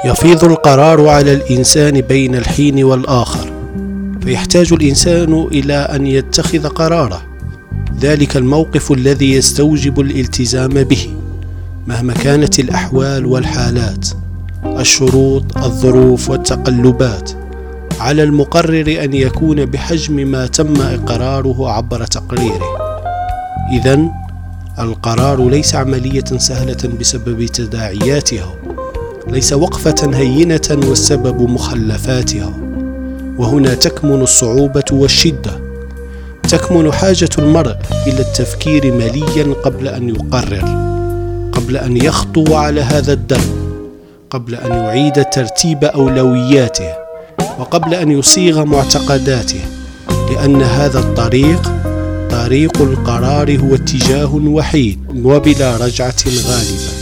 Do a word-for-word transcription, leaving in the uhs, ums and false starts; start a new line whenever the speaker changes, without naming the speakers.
يفيض القرار على الإنسان بين الحين والآخر، فيحتاج الإنسان إلى أن يتخذ قراره، ذلك الموقف الذي يستوجب الالتزام به مهما كانت الأحوال والحالات، الشروط، الظروف والتقلبات. على المقرر أن يكون بحجم ما تم إقراره عبر تقريره. إذن القرار ليس عملية سهلة بسبب تداعياتها، ليس وقفة هينة والسبب مخلفاتها. وهنا تكمن الصعوبة والشدة، تكمن حاجة المرء إلى التفكير مليا قبل أن يقرر، قبل أن يخطو على هذا الدرب، قبل أن يعيد ترتيب أولوياته، وقبل أن يصيغ معتقداته، لأن هذا الطريق طريق القرار هو اتجاه وحيد وبلا رجعة غالبة.